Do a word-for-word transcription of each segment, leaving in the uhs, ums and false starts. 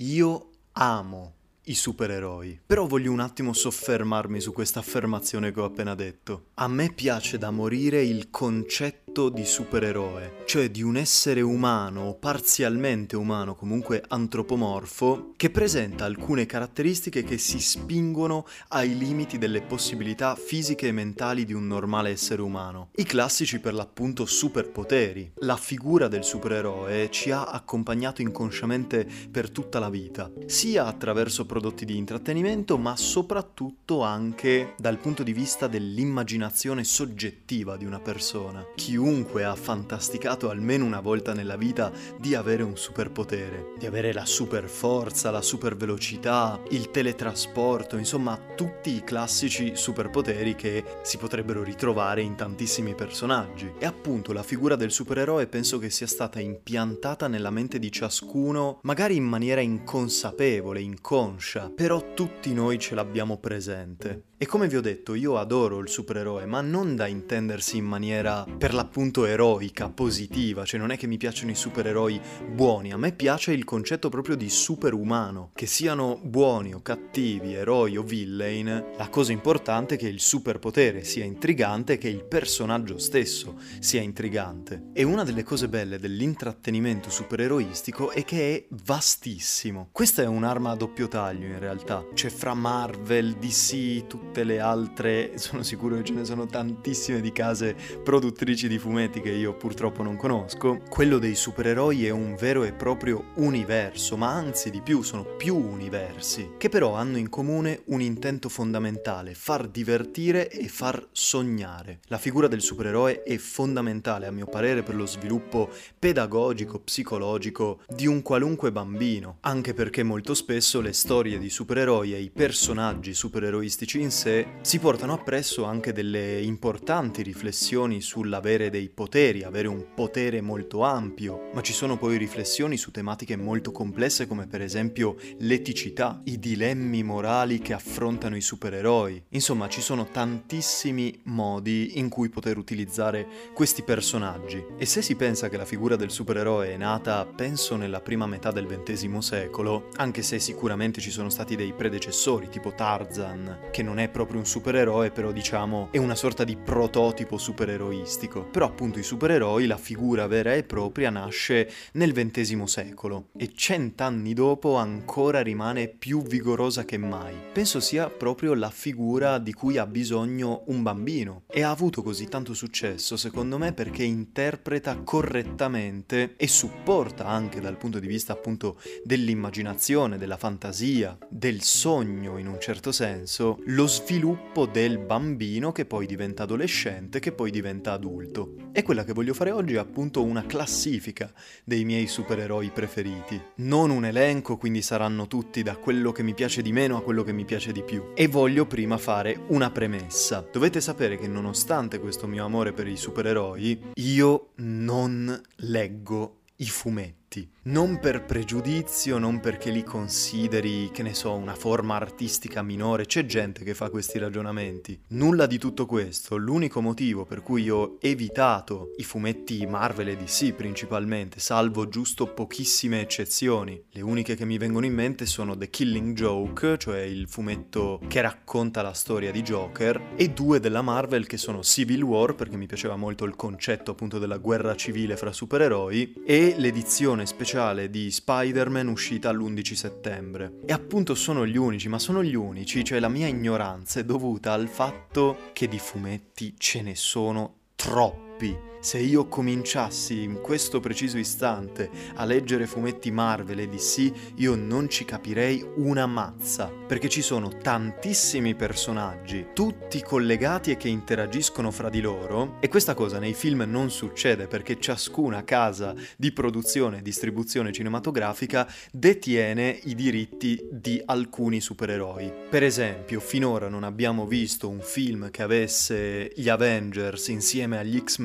Io amo i supereroi, però voglio un attimo soffermarmi su questa affermazione che ho appena detto. A me piace da morire il concetto di supereroe, cioè di un essere umano o parzialmente umano, comunque antropomorfo, che presenta alcune caratteristiche che si spingono ai limiti delle possibilità fisiche e mentali di un normale essere umano. I classici per l'appunto superpoteri. La figura del supereroe ci ha accompagnato inconsciamente per tutta la vita, sia attraverso prodotti di intrattenimento, ma soprattutto anche dal punto di vista dell'immaginazione soggettiva di una persona. Chiunque ha fantasticato almeno una volta nella vita di avere un superpotere, di avere la super forza, la super velocità, il teletrasporto, insomma tutti i classici superpoteri che si potrebbero ritrovare in tantissimi personaggi. E appunto la figura del supereroe penso che sia stata impiantata nella mente di ciascuno, magari in maniera inconsapevole, inconscia, però tutti noi ce l'abbiamo presente. E come vi ho detto, io adoro il supereroe, ma non da intendersi in maniera per l'appunto eroica, positiva, cioè non è che mi piacciono i supereroi buoni, a me piace il concetto proprio di superumano. Che siano buoni o cattivi, eroi o villain, la cosa importante è che il superpotere sia intrigante e che il personaggio stesso sia intrigante. E una delle cose belle dell'intrattenimento supereroistico è che è vastissimo. Questa è un'arma a doppio taglio in realtà, c'è fra Marvel, D C, tutte le altre, sono sicuro che ce ne sono tantissime di case produttrici di fumetti che io purtroppo non conosco. Quello dei supereroi è un vero e proprio universo, ma anzi di più, sono più universi, che però hanno in comune un intento fondamentale: far divertire e far sognare. La figura del supereroe è fondamentale a mio parere per lo sviluppo pedagogico, psicologico di un qualunque bambino, anche perché molto spesso le storie di supereroi e i personaggi supereroistici in sé si portano appresso anche delle importanti riflessioni sull'avere dei poteri, avere un potere molto ampio, ma ci sono poi riflessioni su tematiche molto complesse come per esempio l'eticità, i dilemmi morali che affrontano i supereroi. Insomma, ci sono tantissimi modi in cui poter utilizzare questi personaggi. E se si pensa che la figura del supereroe è nata, penso, nella prima metà del ventesimo secolo, anche se sicuramente ci sono stati dei predecessori, tipo Tarzan, che non è proprio un supereroe, però diciamo è una sorta di prototipo supereroistico. Però appunto i supereroi, la figura vera e propria, nasce nel ventesimo secolo e cent'anni dopo ancora rimane più vigorosa che mai. Penso sia proprio la figura di cui ha bisogno un bambino, e ha avuto così tanto successo secondo me perché interpreta correttamente e supporta anche dal punto di vista appunto dell'immaginazione, della fantasia, del sogno in un certo senso, lo sviluppo del bambino che poi diventa adolescente, che poi diventa adulto. E quella che voglio fare oggi è appunto una classifica dei miei supereroi preferiti. Non un elenco, quindi saranno tutti da quello che mi piace di meno a quello che mi piace di più. E voglio prima fare una premessa. Dovete sapere che nonostante questo mio amore per i supereroi, io non leggo i fumetti. Non per pregiudizio, non perché li consideri, che ne so, una forma artistica minore. C'è gente che fa questi ragionamenti. Nulla di tutto questo. L'unico motivo per cui ho evitato i fumetti Marvel e D C principalmente, salvo giusto pochissime eccezioni. Le uniche che mi vengono in mente sono The Killing Joke, cioè il fumetto che racconta la storia di Joker, e due della Marvel che sono Civil War, perché mi piaceva molto il concetto appunto della guerra civile fra supereroi, e l'edizione speciale di Spider-Man uscita l'undici settembre. E appunto sono gli unici, ma sono gli unici, cioè la mia ignoranza è dovuta al fatto che di fumetti ce ne sono troppi. Se io cominciassi in questo preciso istante a leggere fumetti Marvel e D C, io non ci capirei una mazza, perché ci sono tantissimi personaggi, tutti collegati e che interagiscono fra di loro, e questa cosa nei film non succede perché ciascuna casa di produzione e distribuzione cinematografica detiene i diritti di alcuni supereroi. Per esempio, finora non abbiamo visto un film che avesse gli Avengers insieme agli X-Men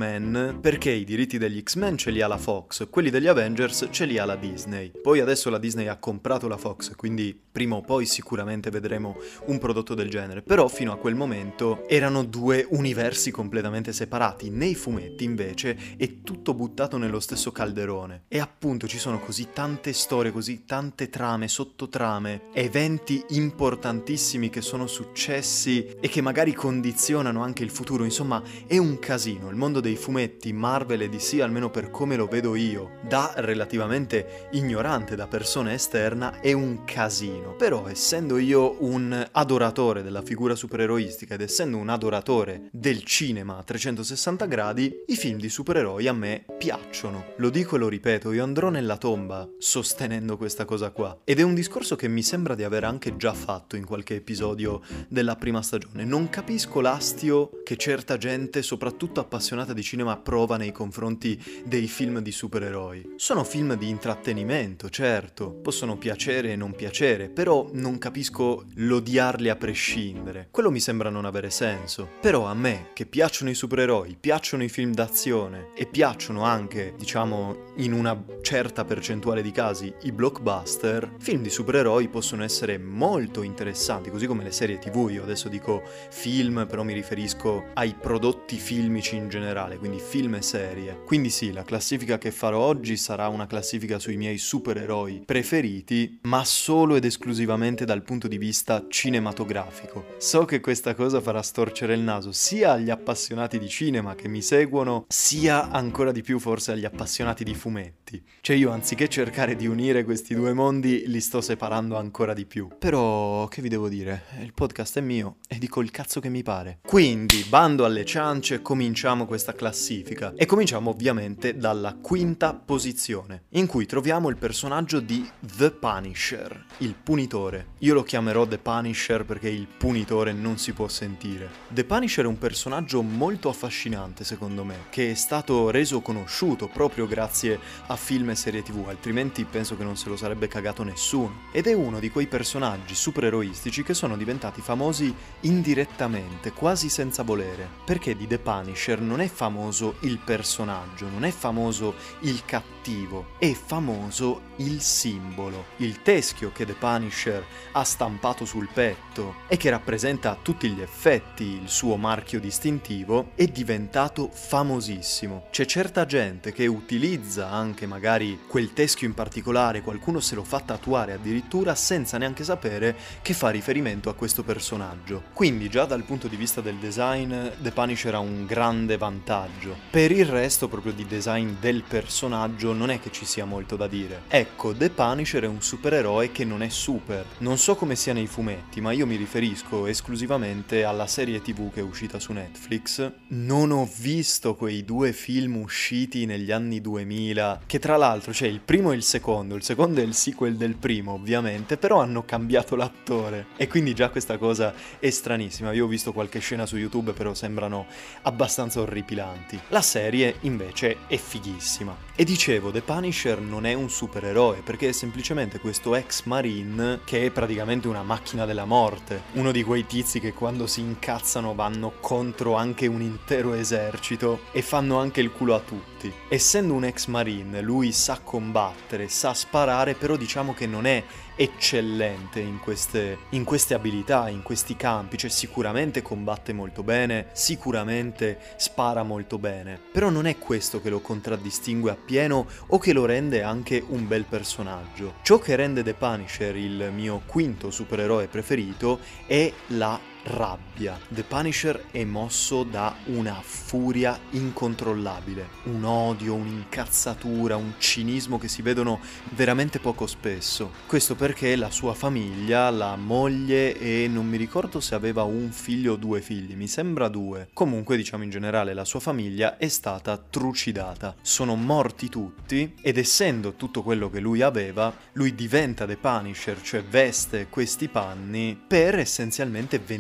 X-Men, perché i diritti degli X-Men ce li ha la Fox, quelli degli Avengers ce li ha la Disney. Poi adesso la Disney ha comprato la Fox, quindi prima o poi sicuramente vedremo un prodotto del genere, però fino a quel momento erano due universi completamente separati. Nei fumetti invece è tutto buttato nello stesso calderone e appunto ci sono così tante storie, così tante trame, sottotrame, eventi importantissimi che sono successi e che magari condizionano anche il futuro. Insomma, è un casino. Il mondo dei fumetti, Marvel e D C, almeno per come lo vedo io, da relativamente ignorante, da persona esterna, è un casino. Però essendo io un adoratore della figura supereroistica ed essendo un adoratore del cinema a trecentosessanta gradi, i film di supereroi a me piacciono. Lo dico e lo ripeto, io andrò nella tomba sostenendo questa cosa qua. Ed è un discorso che mi sembra di aver anche già fatto in qualche episodio della prima stagione. Non capisco l'astio che certa gente, soprattutto appassionata di cinema, prova nei confronti dei film di supereroi. Sono film di intrattenimento, certo, possono piacere e non piacere, però non capisco l'odiarli a prescindere. Quello mi sembra non avere senso. Però a me, che piacciono i supereroi, piacciono i film d'azione e piacciono anche, diciamo, in una certa percentuale di casi, i blockbuster, film di supereroi possono essere molto interessanti, così come le serie tivù. Io adesso dico film, però mi riferisco ai prodotti filmici in generale, quindi film e serie. Quindi sì, la classifica che farò oggi sarà una classifica sui miei supereroi preferiti, ma solo ed esclusivamente dal punto di vista cinematografico. So che questa cosa farà storcere il naso sia agli appassionati di cinema che mi seguono, sia ancora di più forse agli appassionati di fumetti. Cioè io, anziché cercare di unire questi due mondi, li sto separando ancora di più. Però, che vi devo dire? Il podcast è mio e dico il cazzo che mi pare. Quindi, bando alle ciance, cominciamo questa classifica. E cominciamo ovviamente dalla quinta posizione, in cui troviamo il personaggio di The Punisher, il punitore. Io lo chiamerò The Punisher perché il punitore non si può sentire. The Punisher è un personaggio molto affascinante, secondo me, che è stato reso conosciuto proprio grazie a film e serie tivù, altrimenti penso che non se lo sarebbe cagato nessuno. Ed è uno di quei personaggi supereroistici che sono diventati famosi indirettamente, quasi senza volere, perché di The Punisher non è famoso il personaggio, non è famoso il cattivo, è famoso il simbolo, il teschio che The Punisher ha stampato sul petto e che rappresenta a tutti gli effetti il suo marchio distintivo, è diventato famosissimo. C'è certa gente che utilizza anche magari quel teschio in particolare, qualcuno se lo fa tatuare addirittura senza neanche sapere che fa riferimento a questo personaggio. Quindi già dal punto di vista del design The Punisher ha un grande vantaggio. Per il resto proprio di design del personaggio non è che ci sia molto da dire. Ecco, The Punisher è un supereroe che non è super. Non so come sia nei fumetti, ma io mi riferisco esclusivamente alla serie tivù che è uscita su Netflix. Non ho visto quei due film usciti negli anni duemila, che tra l'altro c'è il primo e il secondo, il secondo è il sequel del primo ovviamente, però hanno cambiato l'attore e quindi già questa cosa è stranissima. Io ho visto qualche scena su YouTube, però sembrano abbastanza orripilanti. La serie invece è fighissima. E dicevo, The Punisher non è un supereroe, perché è semplicemente questo ex marine che è praticamente una macchina della morte, uno di quei tizi che quando si incazzano vanno contro anche un intero esercito e fanno anche il culo a tutti. Essendo un ex marine, lui sa combattere, sa sparare, però diciamo che non è eccellente in queste, in queste abilità, in questi campi. Cioè sicuramente combatte molto bene, sicuramente spara molto bene, però non è questo che lo contraddistingue appieno o che lo rende anche un bel personaggio. Ciò che rende The Punisher il mio quinto supereroe preferito è la rabbia. The Punisher è mosso da una furia incontrollabile, un odio, un'incazzatura, un cinismo che si vedono veramente poco spesso. Questo perché la sua famiglia, la moglie e non mi ricordo se aveva un figlio o due figli, mi sembra due. Comunque diciamo in generale la sua famiglia è stata trucidata. Sono morti tutti ed essendo tutto quello che lui aveva, lui diventa The Punisher, cioè veste questi panni per essenzialmente vendicare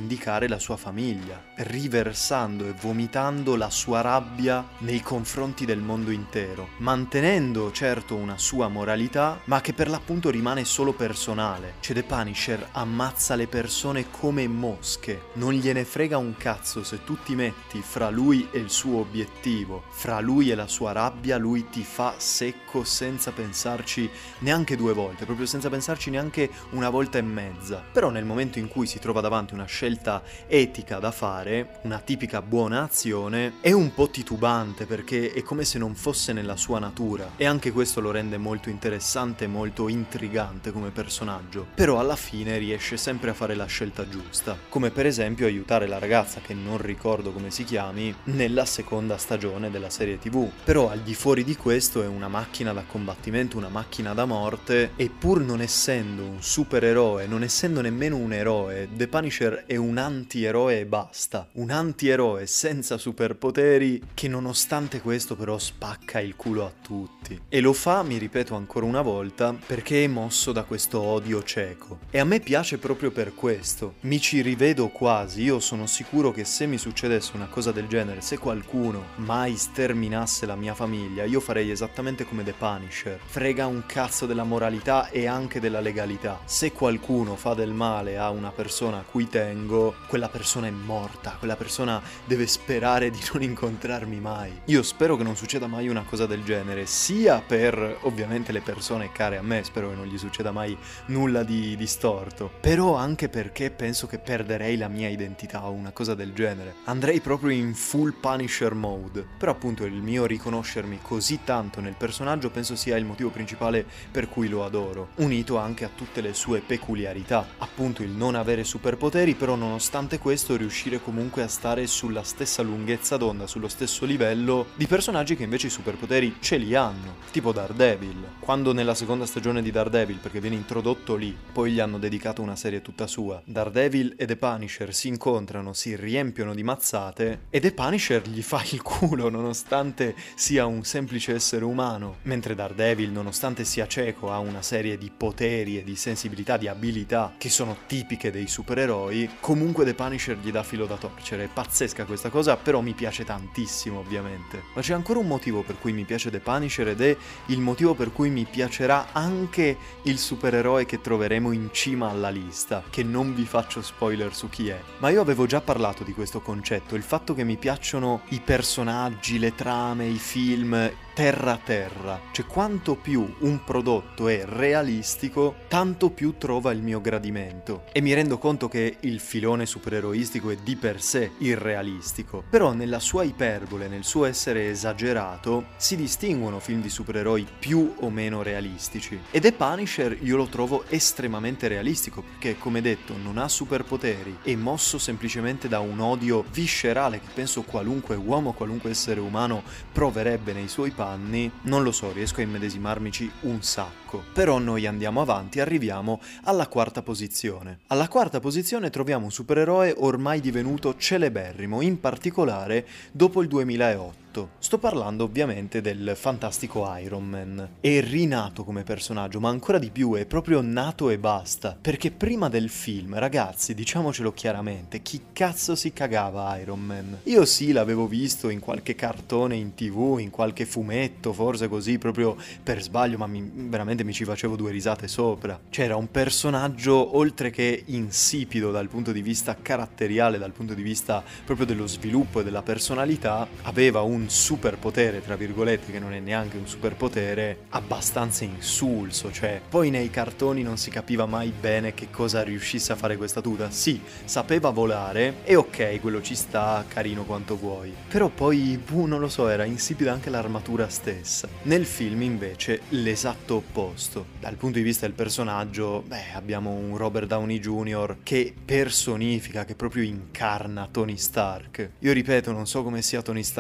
vendicare la sua famiglia, riversando e vomitando la sua rabbia nei confronti del mondo intero, mantenendo certo una sua moralità, ma che per l'appunto rimane solo personale. Cioè The Punisher ammazza le persone come mosche, non gliene frega un cazzo se tu ti metti fra lui e il suo obiettivo, fra lui e la sua rabbia, lui ti fa secco senza pensarci neanche due volte, proprio senza pensarci neanche una volta e mezza. Però nel momento in cui si trova davanti una scelta etica da fare, una tipica buona azione, è un po' titubante perché è come se non fosse nella sua natura, e anche questo lo rende molto interessante e molto intrigante come personaggio. Però alla fine riesce sempre a fare la scelta giusta, come per esempio aiutare la ragazza, che non ricordo come si chiami, nella seconda stagione della serie tv. Però al di fuori di questo è una macchina da combattimento, una macchina da morte, e pur non essendo un supereroe, non essendo nemmeno un eroe, The Punisher è un antieroe e basta, un antieroe senza superpoteri che nonostante questo però spacca il culo a tutti. E lo fa, mi ripeto ancora una volta, perché è mosso da questo odio cieco. E a me piace proprio per questo. Mi ci rivedo quasi, io sono sicuro che se mi succedesse una cosa del genere, se qualcuno mai sterminasse la mia famiglia, io farei esattamente come The Punisher. Frega un cazzo della moralità e anche della legalità. Se qualcuno fa del male a una persona a cui tengo, quella persona è morta, quella persona deve sperare di non incontrarmi mai. Io spero che non succeda mai una cosa del genere, sia per ovviamente le persone care a me, spero che non gli succeda mai nulla di, di storto, però anche perché penso che perderei la mia identità o una cosa del genere. Andrei proprio in full Punisher mode. Però appunto il mio riconoscermi così tanto nel personaggio penso sia il motivo principale per cui lo adoro, unito anche a tutte le sue peculiarità, appunto il non avere superpoteri, però nonostante questo riuscire comunque a stare sulla stessa lunghezza d'onda, sullo stesso livello di personaggi che invece i superpoteri ce li hanno, tipo Daredevil. Quando nella seconda stagione di Daredevil, perché viene introdotto lì, poi gli hanno dedicato una serie tutta sua, Daredevil e The Punisher si incontrano, si riempiono di mazzate e The Punisher gli fa il culo nonostante sia un semplice essere umano, mentre Daredevil, nonostante sia cieco, ha una serie di poteri e di sensibilità, di abilità che sono tipiche dei supereroi. Comunque The Punisher gli dà filo da torcere. È pazzesca questa cosa, però mi piace tantissimo ovviamente. Ma c'è ancora un motivo per cui mi piace The Punisher, ed è il motivo per cui mi piacerà anche il supereroe che troveremo in cima alla lista, che non vi faccio spoiler su chi è. Ma io avevo già parlato di questo concetto, il fatto che mi piacciono i personaggi, le trame, i film terra a terra. Cioè quanto più un prodotto è realistico, tanto più trova il mio gradimento. E mi rendo conto che il filone supereroistico è di per sé irrealistico, però nella sua iperbole, nel suo essere esagerato, si distinguono film di supereroi più o meno realistici. E The Punisher io lo trovo estremamente realistico, perché come detto non ha superpoteri, è mosso semplicemente da un odio viscerale che penso qualunque uomo, qualunque essere umano proverebbe nei suoi panni. Non lo so, riesco a immedesimarmici un sacco. Però noi andiamo avanti, arriviamo alla quarta posizione. Alla quarta posizione troviamo un supereroe ormai divenuto celeberrimo, in particolare dopo il duemilaotto. Sto parlando ovviamente del fantastico Iron Man. È rinato come personaggio, ma ancora di più è proprio nato e basta. Perché prima del film, ragazzi, diciamocelo chiaramente, chi cazzo si cagava Iron Man? Io sì, l'avevo visto in qualche cartone in tv, in qualche fumetto, forse così, proprio per sbaglio, ma mi, veramente mi ci facevo due risate sopra. C'era un personaggio, oltre che insipido dal punto di vista caratteriale, dal punto di vista proprio dello sviluppo e della personalità, aveva un superpotere, tra virgolette, che non è neanche un superpotere, abbastanza insulso. Cioè, poi nei cartoni non si capiva mai bene che cosa riuscisse a fare questa tuta. Sì, sapeva volare, e ok, quello ci sta, carino quanto vuoi. Però poi, buh, non lo so, era insipida anche l'armatura stessa. Nel film, invece, l'esatto opposto. Dal punto di vista del personaggio, beh, abbiamo un Robert Downey junior che personifica, che proprio incarna Tony Stark. Io ripeto, non so come sia Tony Stark nei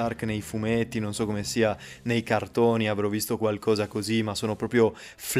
fumetti, non so come sia nei cartoni, avrò visto qualcosa così, ma sono proprio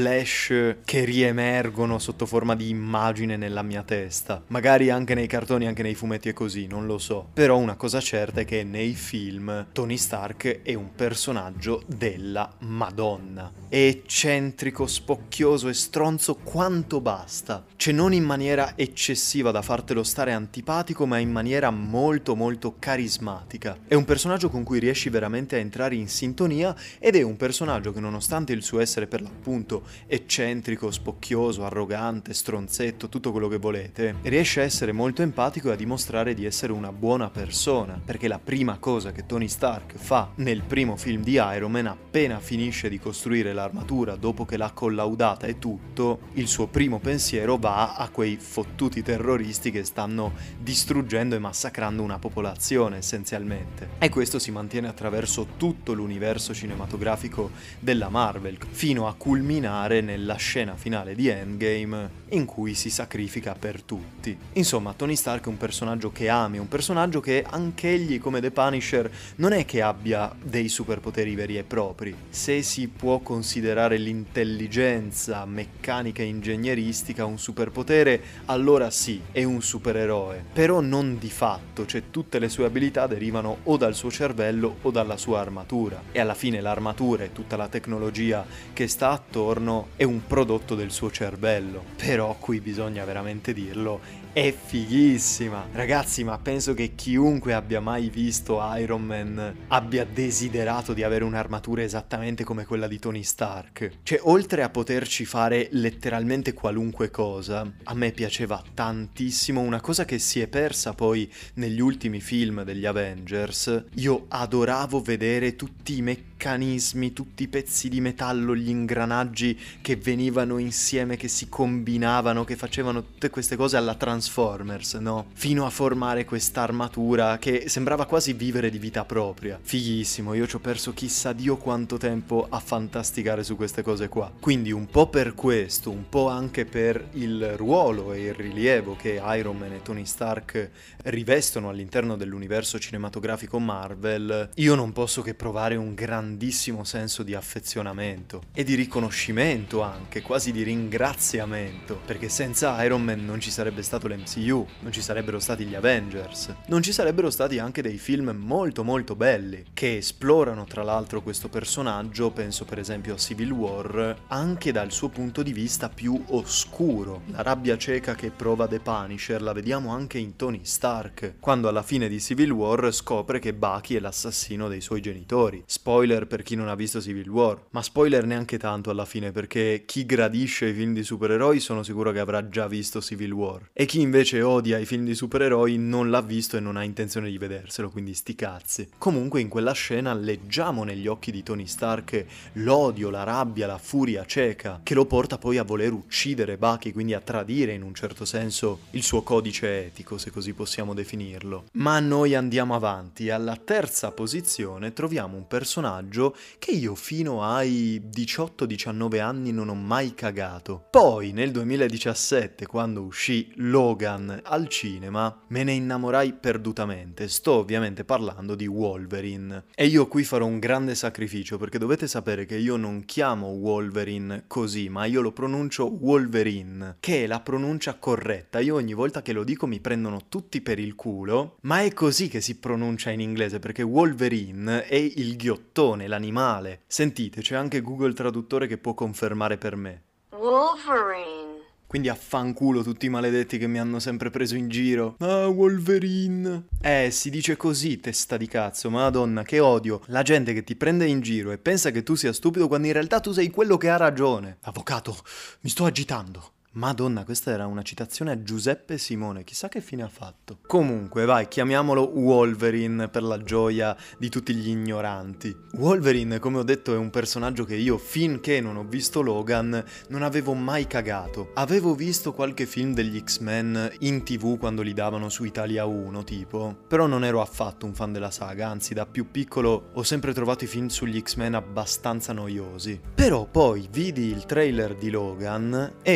flash che riemergono sotto forma di immagine nella mia testa. Magari anche nei cartoni, anche nei fumetti è così, non lo so. Però una cosa certa è che nei film Tony Stark è un personaggio della Madonna. È eccentrico, spocchioso e stronzo quanto basta. Cioè non in maniera eccessiva da fartelo stare antipatico, ma in maniera molto molto carismatica. È un personaggio con cui riesci veramente a entrare in sintonia ed è un personaggio che, nonostante il suo essere per l'appunto eccentrico, spocchioso, arrogante, stronzetto, tutto quello che volete, riesce a essere molto empatico e a dimostrare di essere una buona persona, perché la prima cosa che Tony Stark fa nel primo film di Iron Man, appena finisce di costruire l'armatura, dopo che l'ha collaudata e tutto, il suo primo pensiero va a quei fottuti terroristi che stanno distruggendo e massacrando una popolazione essenzialmente. E questo si mantiene attraverso tutto l'universo cinematografico della Marvel, fino a culminare nella scena finale di Endgame in cui si sacrifica per tutti. Insomma, Tony Stark è un personaggio che ami, un personaggio che anch'egli, come The Punisher, non è che abbia dei superpoteri veri e propri. Se si può considerare l'intelligenza meccanica e ingegneristica un superpotere, allora sì, è un supereroe. Però non di fatto, cioè tutte le sue abilità derivano o dal suo cervello o dalla sua armatura. E alla fine l'armatura e tutta la tecnologia che sta attorno è un prodotto del suo cervello. Però qui bisogna veramente dirlo, è fighissima. Ragazzi, ma penso che chiunque abbia mai visto Iron Man abbia desiderato di avere un'armatura esattamente come quella di Tony Stark. Cioè, oltre a poterci fare letteralmente qualunque cosa, a me piaceva tantissimo una cosa che si è persa poi negli ultimi film degli Avengers. Io adoravo vedere tutti i meccanismi, tutti i pezzi di metallo, gli ingranaggi che venivano insieme, che si combinavano, che facevano tutte queste cose alla Transformers, no? Fino a formare quest'armatura che sembrava quasi vivere di vita propria. Fighissimo, io ci ho perso chissà Dio quanto tempo a fantasticare su queste cose qua. Quindi un po' per questo, un po' anche per il ruolo e il rilievo che Iron Man e Tony Stark rivestono all'interno dell'universo cinematografico Marvel, io non posso che provare un grandissimo senso di affezionamento e di riconoscimento, anche quasi di ringraziamento, perché senza Iron Man non ci sarebbe stato l'M C U, non ci sarebbero stati gli Avengers, non ci sarebbero stati anche dei film molto molto belli che esplorano tra l'altro questo personaggio. Penso per esempio a Civil War, anche dal suo punto di vista più oscuro. La rabbia cieca che prova The Punisher la vediamo anche in Tony Stark, quando alla fine di Civil War scopre che Bucky è l'assassino dei suoi genitori. Spoiler per chi non ha visto Civil War, ma spoiler neanche tanto alla fine, perché chi gradisce i film di supereroi sono sicuro che avrà già visto Civil War, e chi invece odia i film di supereroi non l'ha visto e non ha intenzione di vederselo, quindi sti cazzi. Comunque in quella scena leggiamo negli occhi di Tony Stark l'odio, la rabbia, la furia cieca che lo porta poi a voler uccidere Bucky, quindi a tradire in un certo senso il suo codice etico, se così possiamo definirlo. Ma noi andiamo avanti. Alla terza posizione troviamo un personaggio che io fino ai diciotto diciannove anni non ho mai cagato. Poi nel duemiladiciassette, quando uscì Logan al cinema, me ne innamorai perdutamente. Sto ovviamente parlando di Wolverine. E io qui farò un grande sacrificio, perché dovete sapere che io non chiamo Wolverine così, ma io lo pronuncio Wolverine, che è la pronuncia corretta. Io ogni volta che lo dico mi prendono tutti per il culo, ma è così che si pronuncia in inglese, perché Wolverine è il ghiottone, l'animale. Sentite, c'è anche Google Traduttore che può confermare per me. Wolverine. Quindi affanculo tutti i maledetti che mi hanno sempre preso in giro. Ah, Wolverine. Eh, si dice così, testa di cazzo, madonna, che odio. La gente che ti prende in giro e pensa che tu sia stupido quando in realtà tu sei quello che ha ragione. Avvocato, mi sto agitando. Madonna, questa era una citazione a Giuseppe Simone, chissà che fine ha fatto. Comunque, vai, chiamiamolo Wolverine per la gioia di tutti gli ignoranti. Wolverine, come ho detto, è un personaggio che io, finché non ho visto Logan, non avevo mai cagato. Avevo visto qualche film degli X-Men in tv quando li davano su Italia uno, tipo, però non ero affatto un fan della saga, anzi, da più piccolo ho sempre trovato i film sugli X-Men abbastanza noiosi. Però poi vidi il trailer di Logan e una cosa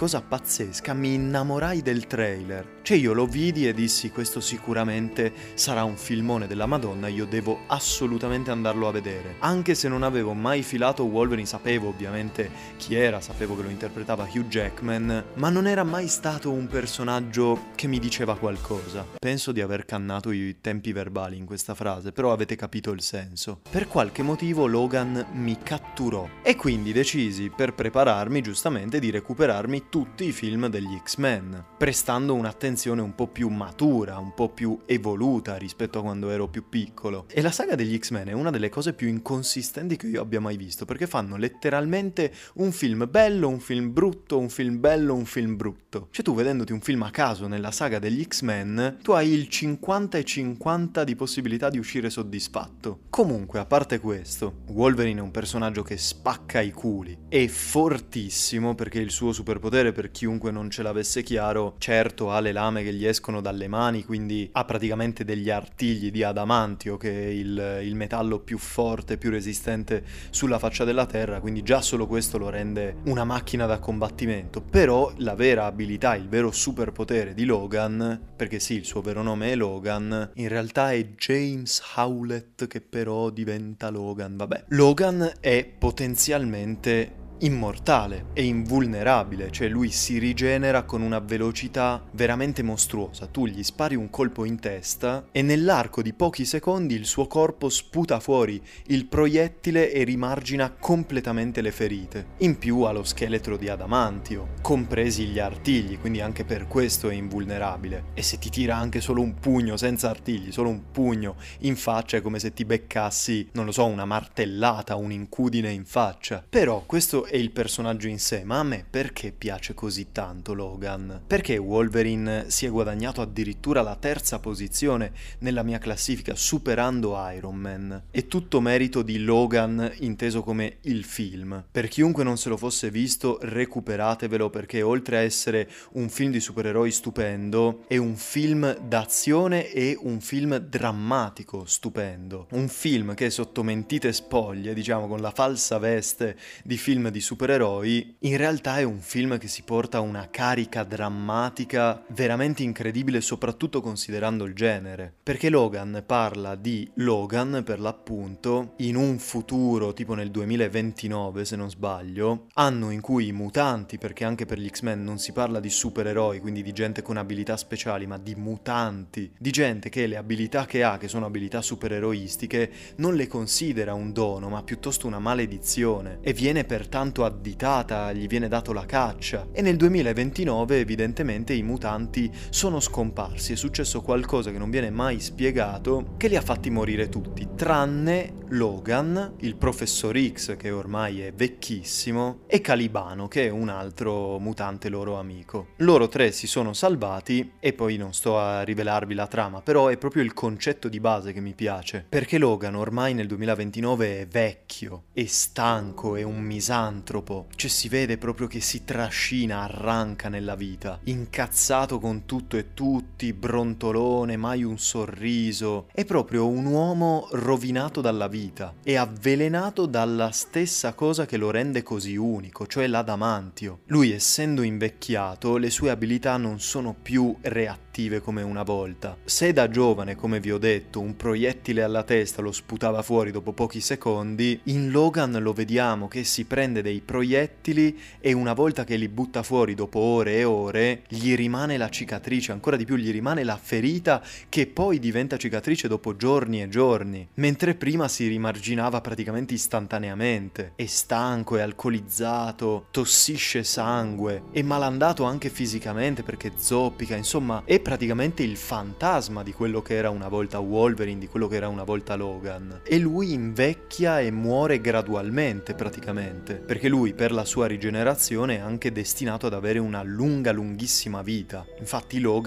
cosa pazzesca, mi innamorai del trailer. Cioè io lo vidi e dissi questo sicuramente sarà un filmone della Madonna, io devo assolutamente andarlo a vedere. Anche se non avevo mai filato Wolverine, sapevo ovviamente chi era, sapevo che lo interpretava Hugh Jackman, ma non era mai stato un personaggio che mi diceva qualcosa. Penso di aver cannato i tempi verbali in questa frase, però avete capito il senso. Per qualche motivo Logan mi catturò e quindi decisi, per prepararmi giustamente, di recuperarmi tutti i film degli X-Men, prestando un'attenzione un po' più matura, un po' più evoluta rispetto a quando ero più piccolo. E la saga degli X-Men è una delle cose più inconsistenti che io abbia mai visto, perché fanno letteralmente un film bello, un film brutto, un film bello, un film brutto. Cioè tu vedendoti un film a caso nella saga degli X-Men, tu hai il cinquanta e cinquanta di possibilità di uscire soddisfatto. Comunque, a parte questo, Wolverine è un personaggio che spacca i culi, è fortissimo perché il suo superpotere, per chiunque non ce l'avesse chiaro, certo ha le lame che gli escono dalle mani, quindi ha praticamente degli artigli di adamantio, che è il, il metallo più forte, più resistente sulla faccia della terra, quindi già solo questo lo rende una macchina da combattimento. Però la vera abilità, il vero superpotere di Logan, perché sì, il suo vero nome è Logan, in realtà è James Howlett, che però diventa Logan, vabbè. Logan è potenzialmente immortale e invulnerabile, cioè lui si rigenera con una velocità veramente mostruosa. Tu gli spari un colpo in testa e nell'arco di pochi secondi il suo corpo sputa fuori il proiettile e rimargina completamente le ferite. In più ha lo scheletro di adamantio, compresi gli artigli, quindi anche per questo è invulnerabile. E se ti tira anche solo un pugno senza artigli, solo un pugno in faccia, è come se ti beccassi, non lo so, una martellata, un'incudine in faccia. Però questo è il personaggio in sé, ma a me perché piace così tanto Logan? Perché Wolverine si è guadagnato addirittura la terza posizione nella mia classifica, superando Iron Man. È tutto merito di Logan, inteso come il film. Per chiunque non se lo fosse visto, recuperatevelo, perché oltre a essere un film di supereroi stupendo, è un film d'azione e un film drammatico stupendo. Un film che sotto mentite spoglie, diciamo con la falsa veste di film di supereroi, in realtà è un film che si porta una carica drammatica veramente incredibile, soprattutto considerando il genere. Perché Logan parla di Logan, per l'appunto, in un futuro tipo nel duemilaventinove, se non sbaglio, anno in cui i mutanti, perché anche per gli X-Men non si parla di supereroi, quindi di gente con abilità speciali, ma di mutanti, di gente che le abilità che ha, che sono abilità supereroistiche, non le considera un dono, ma piuttosto una maledizione, e viene pertanto additata, gli viene dato la caccia. E nel duemilaventinove evidentemente i mutanti sono scomparsi, è successo qualcosa che non viene mai spiegato, che li ha fatti morire tutti, tranne Logan, il professor X, che ormai è vecchissimo, e Calibano, che è un altro mutante loro amico. Loro tre si sono salvati, e poi non sto a rivelarvi la trama, però è proprio il concetto di base che mi piace, perché Logan ormai nel duemilaventinove è vecchio, è stanco, è un misantropo, cioè si vede proprio che si trascina, arranca nella vita, incazzato con tutto e tutti, brontolone, mai un sorriso, è proprio un uomo rovinato dalla vita e avvelenato dalla stessa cosa che lo rende così unico, cioè l'adamantio. Lui, essendo invecchiato, le sue abilità non sono più reattive come una volta. Se da giovane, come vi ho detto, un proiettile alla testa lo sputava fuori dopo pochi secondi, in Logan lo vediamo che si prende dei proiettili e una volta che li butta fuori dopo ore e ore, gli rimane la cicatrice, ancora di più gli rimane la ferita che poi diventa cicatrice dopo giorni e giorni, mentre prima si rimarginava praticamente istantaneamente. È stanco, è alcolizzato, tossisce sangue, è malandato anche fisicamente perché zoppica, insomma è praticamente il fantasma di quello che era una volta Wolverine, di quello che era una volta Logan. E lui invecchia e muore gradualmente praticamente, perché lui per la sua rigenerazione è anche destinato ad avere una lunga lunghissima vita. Infatti Logan nasce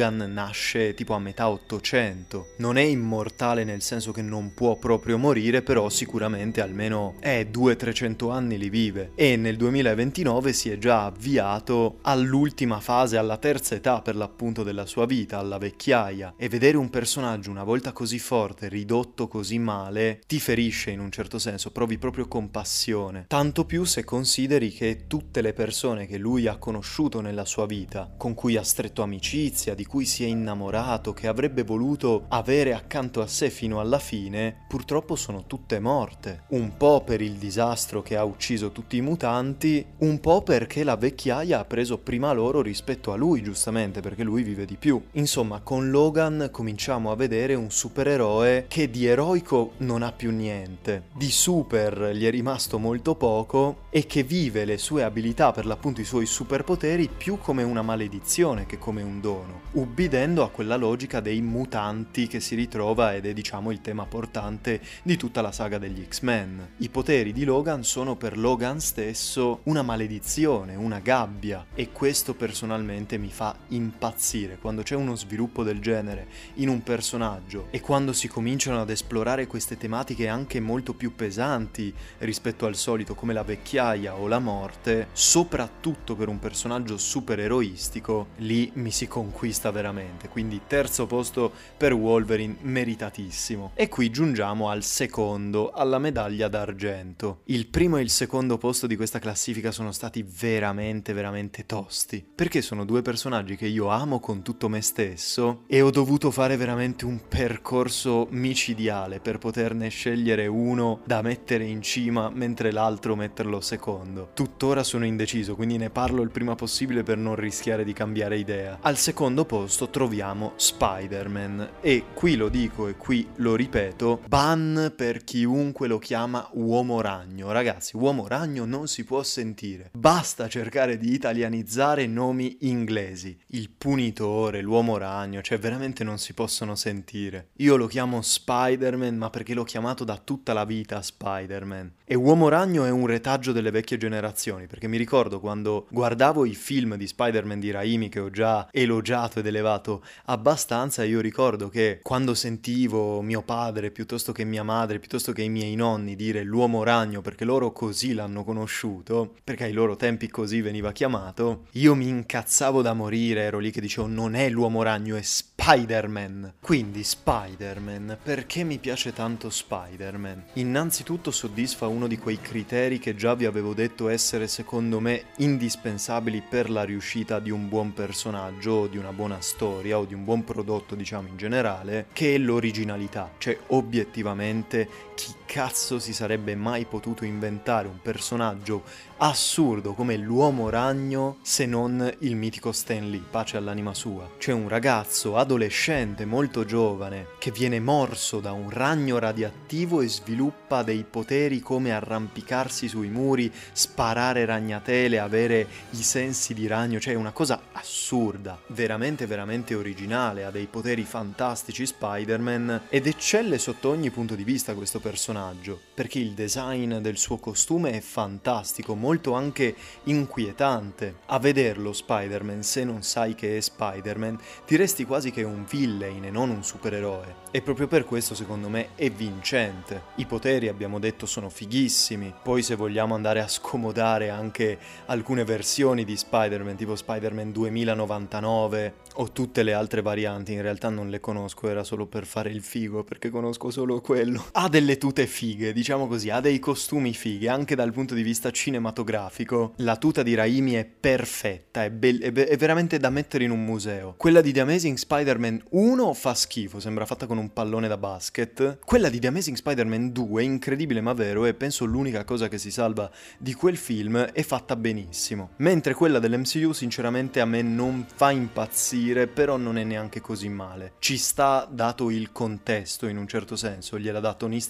nasce tipo a metà Ottocento. Non è immortale nel senso che non può proprio morire, però sicuramente almeno è duecento trecento anni li vive, e nel duemilaventinove si è già avviato all'ultima fase, alla terza età per l'appunto della sua vita, alla vecchiaia, e vedere un personaggio una volta così forte, ridotto così male, ti ferisce in un certo senso, provi proprio compassione. Tanto più se consideri che tutte le persone che lui ha conosciuto nella sua vita, con cui ha stretto amicizia, di cui si è innamorato, che avrebbe voluto avere accanto a sé fino alla fine, purtroppo sono tutte morte. Un po' per il disastro che ha ucciso tutti i mutanti, un po' perché la vecchiaia ha preso prima loro rispetto a lui, giustamente, perché lui vive di più. Insomma, con Logan cominciamo a vedere un supereroe che di eroico non ha più niente, di super gli è rimasto molto poco, e che vive le sue abilità, per l'appunto i suoi superpoteri, più come una maledizione che come un dono, ubbidendo a quella logica dei mutanti che si ritrova ed è, diciamo, il tema portante di tutta la saga degli X-Men. I poteri di Logan sono per Logan stesso una maledizione, una gabbia, e questo personalmente mi fa impazzire quando c'è uno sviluppo del genere in un personaggio, e quando si cominciano ad esplorare queste tematiche anche molto più pesanti rispetto al solito, come la vecchiaia o la morte, soprattutto per un personaggio supereroistico. Lì mi si conquista veramente. Quindi terzo posto per Wolverine, meritatissimo. E qui giungiamo al secondo, alla medaglia d'argento. Il primo e il secondo posto di questa classifica sono stati veramente veramente tosti, perché sono due personaggi che io amo con tutto me stesso, e ho dovuto fare veramente un percorso micidiale per poterne scegliere uno da mettere in cima mentre l'altro metterlo secondo. Tuttora sono indeciso, quindi ne parlo il prima possibile per non rischiare di cambiare idea. Al secondo posto troviamo Spider-Man, e qui lo dico e qui lo ripeto, ban per chiunque lo chiama uomo ragno. Ragazzi, uomo ragno non si può sentire, basta cercare di italianizzare nomi inglesi. Il punitore, l'uomo ragno, cioè veramente non si possono sentire. Io lo chiamo Spider-Man, ma perché l'ho chiamato da tutta la vita Spider-Man. E uomo ragno è un retaggio delle vecchie generazioni, perché mi ricordo quando guardavo i film di Spider-Man di Raimi, che ho già elogiato ed elevato abbastanza, io ricordo che quando sentivo mio padre, piuttosto che mia madre, piuttosto che i miei nonni dire l'uomo ragno, perché loro così l'hanno conosciuto, perché ai loro tempi così veniva chiamato, io mi incazzavo da morire, ero lì che dicevo non è l'uomo ragno, è Spider-Man. Quindi Spider-Man, perché mi piace tanto Spider-Man? Innanzitutto soddisfa uno di quei criteri che già vi avevo detto essere secondo me indispensabili per la riuscita di un buon personaggio, o di una buona storia, o di un buon prodotto, diciamo in generale, che è l'originalità. Cioè, obiettivamente, chi cazzo si sarebbe mai potuto inventare un personaggio assurdo come l'uomo ragno se non il mitico Stan Lee, pace all'anima sua? Cioè un ragazzo adolescente molto giovane che viene morso da un ragno radioattivo e sviluppa dei poteri come arrampicarsi sui muri, sparare ragnatele, avere i sensi di ragno, cioè una cosa assurda, veramente veramente originale, ha dei poteri fantastici Spider-Man, ed eccelle sotto ogni punto di vista questo personaggio, perché il design del suo costume è fantastico, molto anche inquietante. A vederlo Spider-Man, se non sai che è Spider-Man, diresti quasi che è un villain e non un supereroe, e proprio per questo secondo me è vincente. I poteri, abbiamo detto, sono fighissimi. Poi se vogliamo andare a scomodare anche alcune versioni di Spider-Man, tipo Spider-Man duemilanovantanove o tutte le altre varianti, in realtà non le conosco, era solo per fare il figo, perché conosco solo quello. Ha delle tute fighe, diciamo così, ha dei costumi fighi, anche dal punto di vista cinematografico. La tuta di Raimi è perfetta, è, be- è, be- è veramente da mettere in un museo. Quella di The Amazing Spider-Man uno fa schifo, sembra fatta con un pallone da basket. Quella di The Amazing Spider-Man due, incredibile ma vero, e penso l'unica cosa che si salva di quel film, è fatta benissimo. Mentre quella dell'M C U sinceramente a me non fa impazzire, però non è neanche così male. Ci sta dato il contesto in un certo senso, gliela dà Tony Stark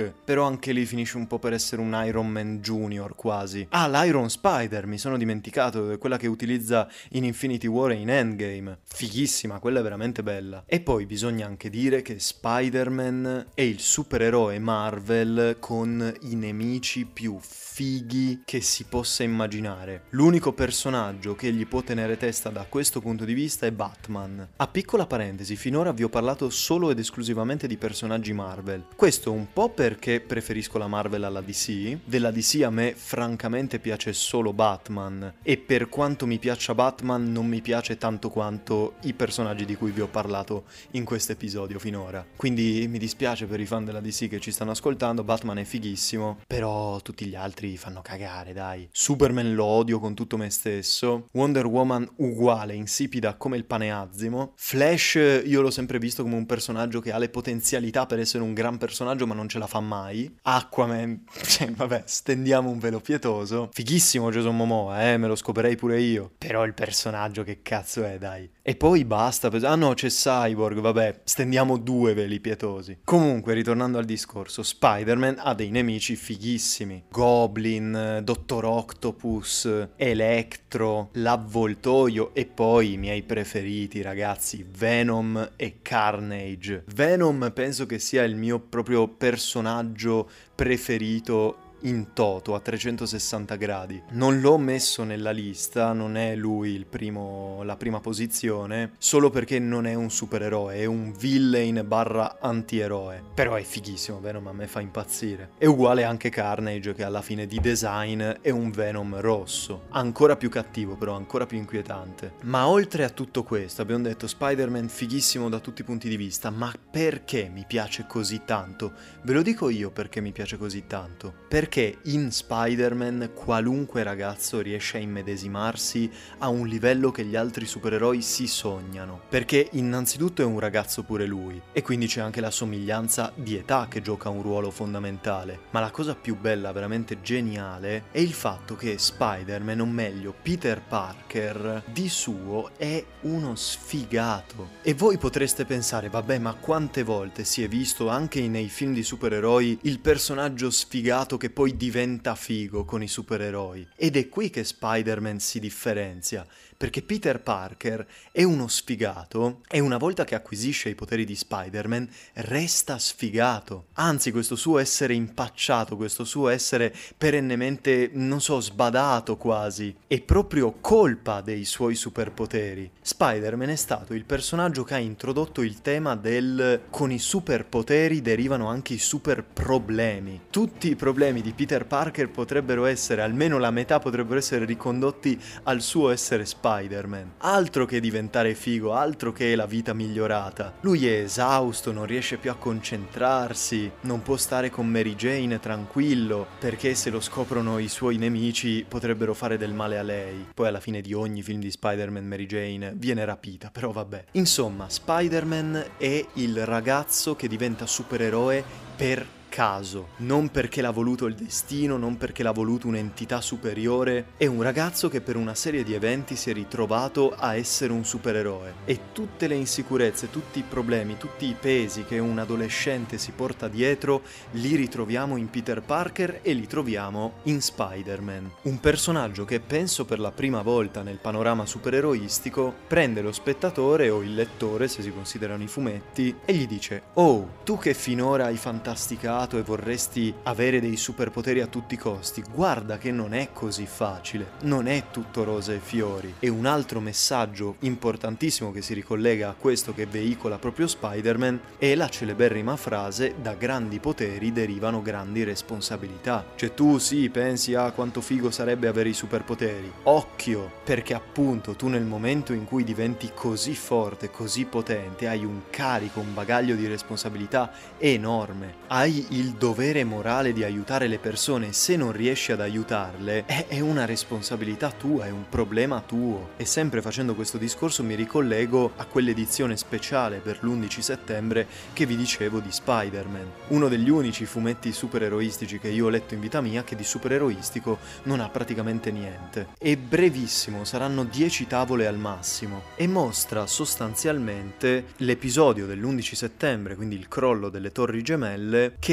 Hulk, però anche lì finisce un po' per essere un Iron Man Junior quasi. Ah, l'Iron Spider, mi sono dimenticato, è quella che utilizza in Infinity War e in Endgame. Fighissima, quella è veramente bella. E poi bisogna anche dire che Spider-Man è il supereroe Marvel con i nemici più fighi che si possa immaginare. L'unico personaggio che gli può tenere testa da questo punto di vista è Batman. A piccola parentesi, finora vi ho parlato solo ed esclusivamente di personaggi Marvel. Questo un po' perché preferisco la Marvel alla D C. Della D C a me francamente piace solo Batman, e per quanto mi piaccia Batman non mi piace tanto quanto i personaggi di cui vi ho parlato in questo episodio finora. Quindi mi dispiace per i fan della D C che ci stanno ascoltando, Batman è fighissimo, però tutti gli altri fanno cagare, dai. Superman lo odio con tutto me stesso, Wonder Woman uguale, insipida come il pane Azzimo, Flash io l'ho sempre visto come un personaggio che ha le potenzialità per essere un gran personaggio ma non ce la fa mai. Aquaman, cioè vabbè, stendiamo un velo pietoso. Fighissimo Jason Momoa, eh, me lo scoperei pure io, però il personaggio che cazzo è, dai. E poi basta, ah no, c'è Cyborg, vabbè, stendiamo due veli pietosi. Comunque, ritornando al discorso, Spider-Man ha dei nemici fighissimi. Goblin, Dottor Octopus, Electro, l'Avvoltoio e poi i miei preferiti, ragazzi, Venom e Carnage. Venom penso che sia il mio proprio personaggio preferito in toto, a trecentosessanta gradi. Non l'ho messo nella lista, non è lui il primo, la prima posizione, solo perché non è un supereroe, è un villain barra antieroe. Però è fighissimo, Venom a me fa impazzire. È uguale anche Carnage, che alla fine di design è un Venom rosso. Ancora più cattivo, però ancora più inquietante. Ma oltre a tutto questo, abbiamo detto Spider-Man fighissimo da tutti i punti di vista, ma perché mi piace così tanto? Ve lo dico io perché mi piace così tanto. Perché in Spider-Man qualunque ragazzo riesce a immedesimarsi a un livello che gli altri supereroi si sognano. Perché innanzitutto è un ragazzo pure lui, e quindi c'è anche la somiglianza di età che gioca un ruolo fondamentale. Ma la cosa più bella, veramente geniale, è il fatto che Spider-Man, o meglio Peter Parker, di suo è uno sfigato. E voi potreste pensare, vabbè, ma quante volte si è visto anche nei film di supereroi il personaggio sfigato che poi diventa figo con i supereroi? Ed è qui che Spider-Man si differenzia, perché Peter Parker è uno sfigato e una volta che acquisisce i poteri di Spider-Man resta sfigato. Anzi, questo suo essere impacciato, questo suo essere perennemente, non so, sbadato quasi, è proprio colpa dei suoi superpoteri. Spider-Man è stato il personaggio che ha introdotto il tema del con i superpoteri derivano anche i super problemi. Tutti i problemi di Peter Parker potrebbero essere, almeno la metà potrebbero essere ricondotti al suo essere Spider-Man. Spider-Man. Altro che diventare figo, altro che la vita migliorata. Lui è esausto, non riesce più a concentrarsi, non può stare con Mary Jane tranquillo, perché se lo scoprono i suoi nemici potrebbero fare del male a lei. Poi alla fine di ogni film di Spider-Man Mary Jane viene rapita, però vabbè. Insomma, Spider-Man è il ragazzo che diventa supereroe per caso, non perché l'ha voluto il destino, non perché l'ha voluto un'entità superiore. È un ragazzo che per una serie di eventi si è ritrovato a essere un supereroe, e tutte le insicurezze, tutti i problemi, tutti i pesi che un adolescente si porta dietro li ritroviamo in Peter Parker e li troviamo in Spider-Man. Un personaggio che penso per la prima volta nel panorama supereroistico prende lo spettatore o il lettore, se si considerano i fumetti, e gli dice: oh, tu che finora hai fantasticato e vorresti avere dei superpoteri a tutti i costi, guarda che non è così facile, non è tutto rose e fiori. E un altro messaggio importantissimo che si ricollega a questo che veicola proprio Spider-Man è la celeberrima frase: da grandi poteri derivano grandi responsabilità. Cioè tu sì, pensi a quanto figo sarebbe avere i superpoteri, occhio, perché appunto tu nel momento in cui diventi così forte, così potente, hai un carico, un bagaglio di responsabilità enorme, hai il dovere morale di aiutare le persone. Se non riesci ad aiutarle è, è una responsabilità tua, è un problema tuo. E sempre facendo questo discorso mi ricollego a quell'edizione speciale per l'undici settembre che vi dicevo di Spider-Man, uno degli unici fumetti supereroistici che io ho letto in vita mia che di supereroistico non ha praticamente niente. È brevissimo, saranno dieci tavole al massimo, e mostra sostanzialmente l'episodio dell'undici settembre, quindi il crollo delle Torri Gemelle, che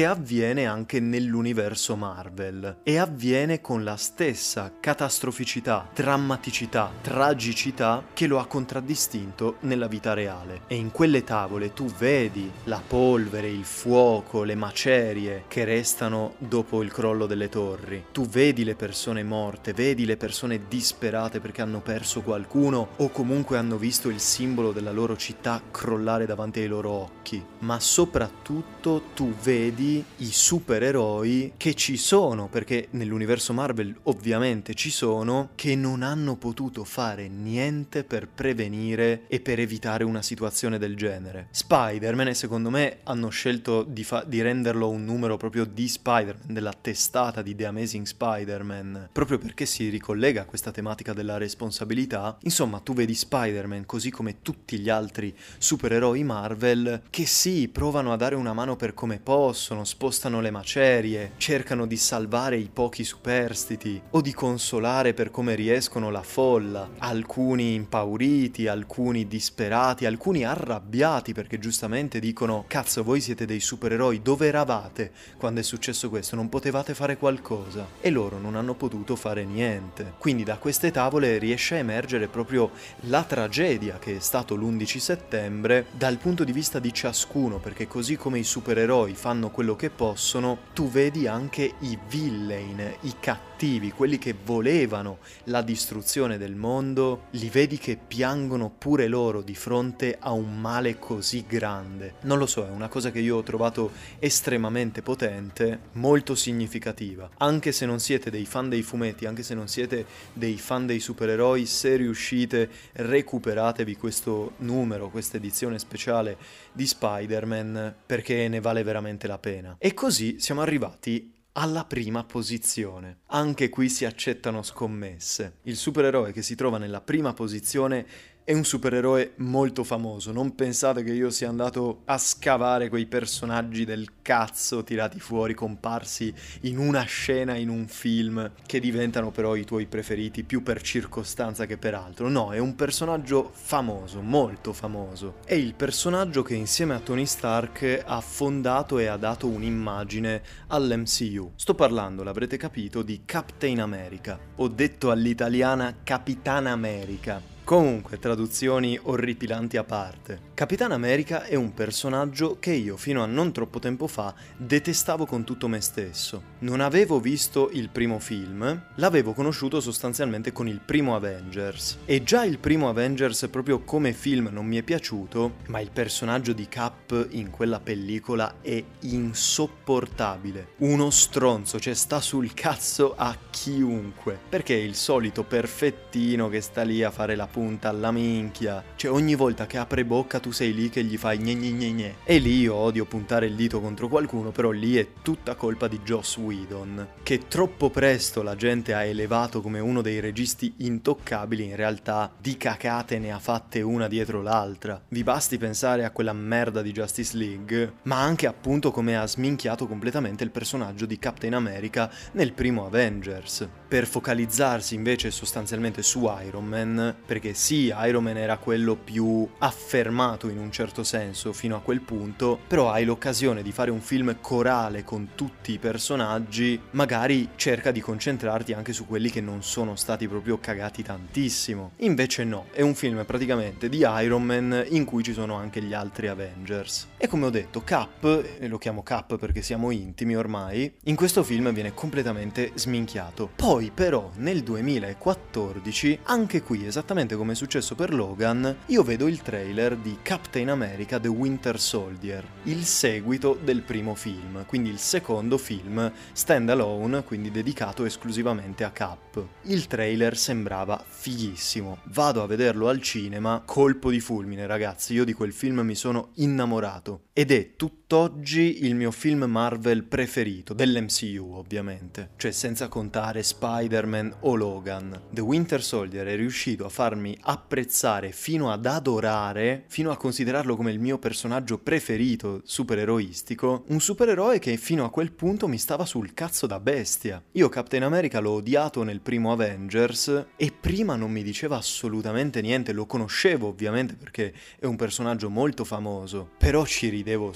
che avviene anche nell'universo Marvel e avviene con la stessa catastroficità, drammaticità, tragicità che lo ha contraddistinto nella vita reale. E in quelle tavole tu vedi la polvere, il fuoco, le macerie che restano dopo il crollo delle torri. Tu vedi le persone morte, vedi le persone disperate perché hanno perso qualcuno o comunque hanno visto il simbolo della loro città crollare davanti ai loro occhi. Ma soprattutto tu vedi i supereroi che ci sono, perché nell'universo Marvel ovviamente ci sono, che non hanno potuto fare niente per prevenire e per evitare una situazione del genere. Spider-Man, e secondo me hanno scelto di, fa- di renderlo un numero proprio di Spider-Man, della testata di The Amazing Spider-Man, proprio perché si ricollega a questa tematica della responsabilità. Insomma, tu vedi Spider-Man, così come tutti gli altri supereroi Marvel, che sì, provano a dare una mano per come possono, spostano le macerie, cercano di salvare i pochi superstiti o di consolare per come riescono la folla, alcuni impauriti, alcuni disperati, alcuni arrabbiati perché giustamente dicono: cazzo, voi siete dei supereroi, dove eravate quando è successo questo? Non potevate fare qualcosa? E loro non hanno potuto fare niente. Quindi da queste tavole riesce a emergere proprio la tragedia che è stato l'undici settembre dal punto di vista di ciascuno, perché così come i supereroi fanno quello che possono, tu vedi anche i villain, i cattivi, quelli che volevano la distruzione del mondo, li vedi che piangono pure loro di fronte a un male così grande. Non lo so, è una cosa che io ho trovato estremamente potente, molto significativa. Anche se non siete dei fan dei fumetti, anche se non siete dei fan dei supereroi, se riuscite, recuperatevi questo numero, questa edizione speciale di Spider-Man, perché ne vale veramente la pena. E così siamo arrivati alla prima posizione. Anche qui si accettano scommesse. Il supereroe che si trova nella prima posizione è un supereroe molto famoso. Non pensate che io sia andato a scavare quei personaggi del cazzo tirati fuori, comparsi in una scena in un film, che diventano però i tuoi preferiti più per circostanza che per altro. No, è un personaggio famoso, molto famoso. È il personaggio che insieme a Tony Stark ha fondato e ha dato un'immagine all'M C U. Sto parlando, l'avrete capito, di Captain America, o detto all'italiana Capitan America. Comunque, traduzioni orripilanti a parte. Capitan America è un personaggio che io fino a non troppo tempo fa detestavo con tutto me stesso. Non avevo visto il primo film, l'avevo conosciuto sostanzialmente con il primo Avengers. E già il primo Avengers proprio come film non mi è piaciuto, ma il personaggio di Cap in quella pellicola è insopportabile. Uno stronzo, cioè sta sul cazzo a chiunque. Perché è il solito perfettino che sta lì a fare la punta alla minchia, cioè ogni volta che apre bocca tu sei lì che gli fai gne gne gne gne. E lì io odio puntare il dito contro qualcuno, però lì è tutta colpa di Joss Whedon, che troppo presto la gente ha elevato come uno dei registi intoccabili. In realtà di cacate ne ha fatte una dietro l'altra. Vi basti pensare a quella merda di Justice League, ma anche appunto come ha sminchiato completamente il personaggio di Captain America nel primo Avengers, per focalizzarsi invece sostanzialmente su Iron Man, perché sì, Iron Man era quello più affermato in un certo senso fino a quel punto, però hai l'occasione di fare un film corale con tutti i personaggi, magari cerca di concentrarti anche su quelli che non sono stati proprio cagati tantissimo. Invece no, è un film praticamente di Iron Man in cui ci sono anche gli altri Avengers. E come ho detto, Cap, e lo chiamo Cap perché siamo intimi ormai, in questo film viene completamente sminchiato. Poi però nel duemilaquattordici, anche qui esattamente come è successo per Logan, io vedo il trailer di Captain America The Winter Soldier, il seguito del primo film, quindi il secondo film stand alone, quindi dedicato esclusivamente a Cap. Il trailer sembrava fighissimo, vado a vederlo al cinema, colpo di fulmine ragazzi, io di quel film mi sono innamorato ed è tutt'oggi il mio film Marvel preferito, dell'M C U ovviamente, cioè senza contare Spider-Man o Logan. The Winter Soldier è riuscito a farmi apprezzare fino ad adorare, fino a considerarlo come il mio personaggio preferito supereroistico, un supereroe che fino a quel punto mi stava sul cazzo da bestia. Io Captain America l'ho odiato nel primo Avengers e prima non mi diceva assolutamente niente, lo conoscevo ovviamente perché è un personaggio molto famoso, però ci ridevo su, dicevo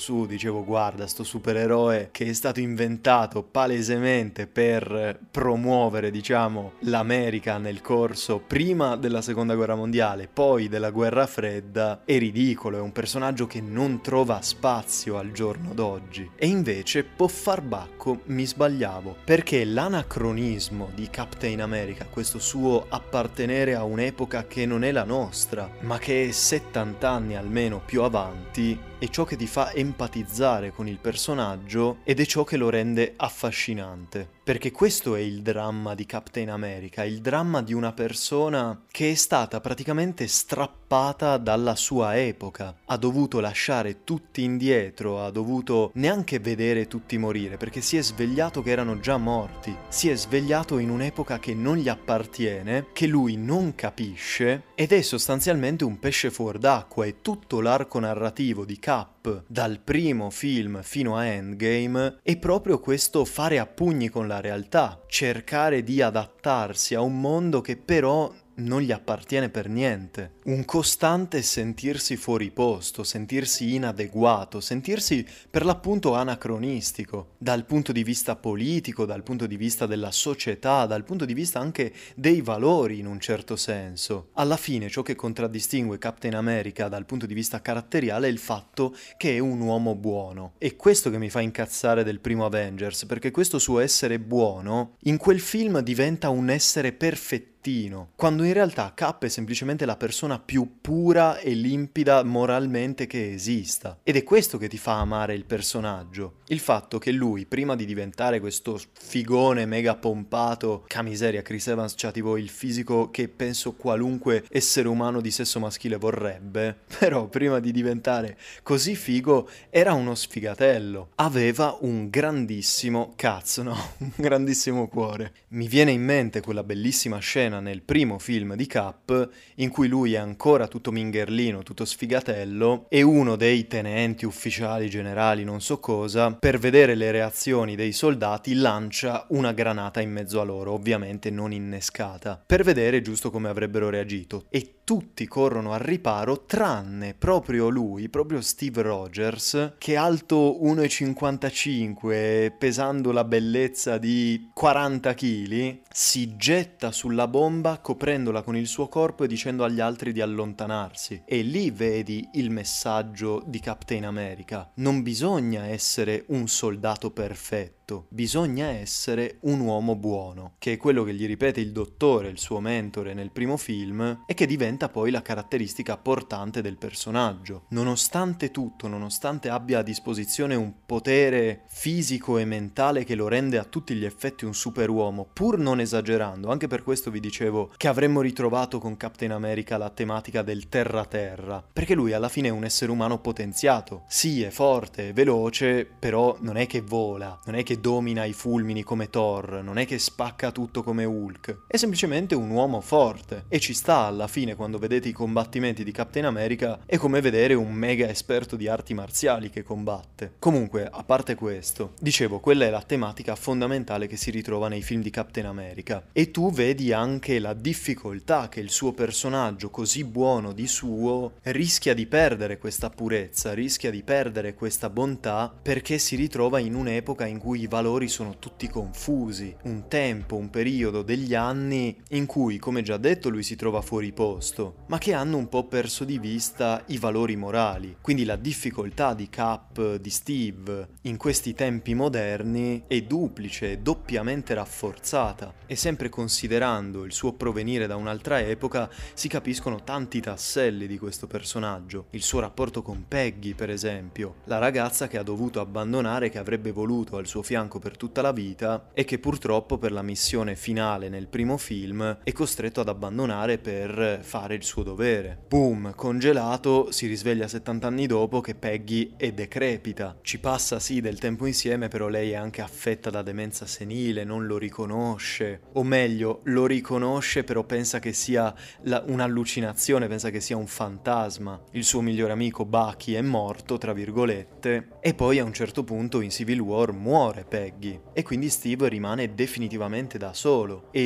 dicevo guarda sto supereroe che è stato inventato palesemente per promuovere, diciamo, l'America nel corso prima della seconda guerra mondiale, poi della guerra fredda, è ridicolo, è un personaggio che non trova spazio al giorno d'oggi. E invece, poffarbacco, mi sbagliavo, perché l'anacronismo di Captain America, questo suo appartenere a un'epoca che non è la nostra, ma che è settanta anni almeno più avanti, è ciò che ti fa empatizzare con il personaggio ed è ciò che lo rende affascinante. Perché questo è il dramma di Captain America, il dramma di una persona che è stata praticamente strappata dalla sua epoca, ha dovuto lasciare tutti indietro, ha dovuto neanche vedere tutti morire, perché si è svegliato che erano già morti, si è svegliato in un'epoca che non gli appartiene, che lui non capisce, ed è sostanzialmente un pesce fuor d'acqua, e tutto l'arco narrativo di Cap, dal primo film fino a Endgame, è proprio questo fare a pugni con la realtà, cercare di adattarsi a un mondo che però non gli appartiene per niente. Un costante sentirsi fuori posto, sentirsi inadeguato, sentirsi per l'appunto anacronistico, dal punto di vista politico, dal punto di vista della società, dal punto di vista anche dei valori in un certo senso. Alla fine ciò che contraddistingue Captain America dal punto di vista caratteriale è il fatto che è un uomo buono. È questo che mi fa incazzare del primo Avengers, perché questo suo essere buono in quel film diventa un essere perfettino, quando in realtà Cap è semplicemente la persona più pura e limpida moralmente che esista. Ed è questo che ti fa amare il personaggio. Il fatto che lui, prima di diventare questo figone mega pompato, ca miseria, Chris Evans c'ha tipo il fisico che penso qualunque essere umano di sesso maschile vorrebbe, però prima di diventare così figo era uno sfigatello. Aveva un grandissimo cazzo, no? Un grandissimo cuore. Mi viene in mente quella bellissima scena nel primo film di Cap in cui lui è ancora tutto mingherlino, tutto sfigatello, e uno dei tenenti, ufficiali, generali, non so cosa, per vedere le reazioni dei soldati lancia una granata in mezzo a loro, ovviamente non innescata, per vedere giusto come avrebbero reagito, e tutti corrono al riparo tranne proprio lui, proprio Steve Rogers, che alto uno e cinquantacinque, pesando la bellezza di quaranta chili, si getta sulla bomba coprendola con il suo corpo e dicendo agli altri di allontanarsi. E lì vedi il messaggio di Captain America. Non bisogna essere un soldato perfetto, bisogna essere un uomo buono, che è quello che gli ripete il dottore, il suo mentore nel primo film, e che diventa poi la caratteristica portante del personaggio. Nonostante tutto, nonostante abbia a disposizione un potere fisico e mentale che lo rende a tutti gli effetti un superuomo, pur non esagerando, anche per questo vi dicevo che avremmo ritrovato con Captain America la tematica del terra-terra, perché lui alla fine è un essere umano potenziato. Sì, è forte, è veloce, però non è che vola, non è che domina i fulmini come Thor, non è che spacca tutto come Hulk, è semplicemente un uomo forte, e ci sta alla fine quando vedete i combattimenti di Captain America, è come vedere un mega esperto di arti marziali che combatte. Comunque, a parte questo, dicevo, quella è la tematica fondamentale che si ritrova nei film di Captain America, e tu vedi anche la difficoltà che il suo personaggio così buono di suo rischia di perdere questa purezza, rischia di perdere questa bontà, perché si ritrova in un'epoca in cui i valori sono tutti confusi, un tempo, un periodo degli anni in cui, come già detto, lui si trova fuori posto, ma che hanno un po' perso di vista i valori morali. Quindi la difficoltà di Cap, di Steve, in questi tempi moderni è duplice, è doppiamente rafforzata, e sempre considerando il suo provenire da un'altra epoca si capiscono tanti tasselli di questo personaggio. Il suo rapporto con Peggy, per esempio, la ragazza che ha dovuto abbandonare, che avrebbe voluto al suo fianco per tutta la vita e che purtroppo per la missione finale nel primo film è costretto ad abbandonare per fare il suo dovere. Boom, congelato, si risveglia settanta anni dopo che Peggy è decrepita. Ci passa sì del tempo insieme, però lei è anche affetta da demenza senile, non lo riconosce, o meglio, lo riconosce però pensa che sia la, un'allucinazione, pensa che sia un fantasma. Il suo migliore amico Bucky è morto, tra virgolette, e poi a un certo punto in Civil War muore Peggy, e quindi Steve rimane definitivamente da solo, e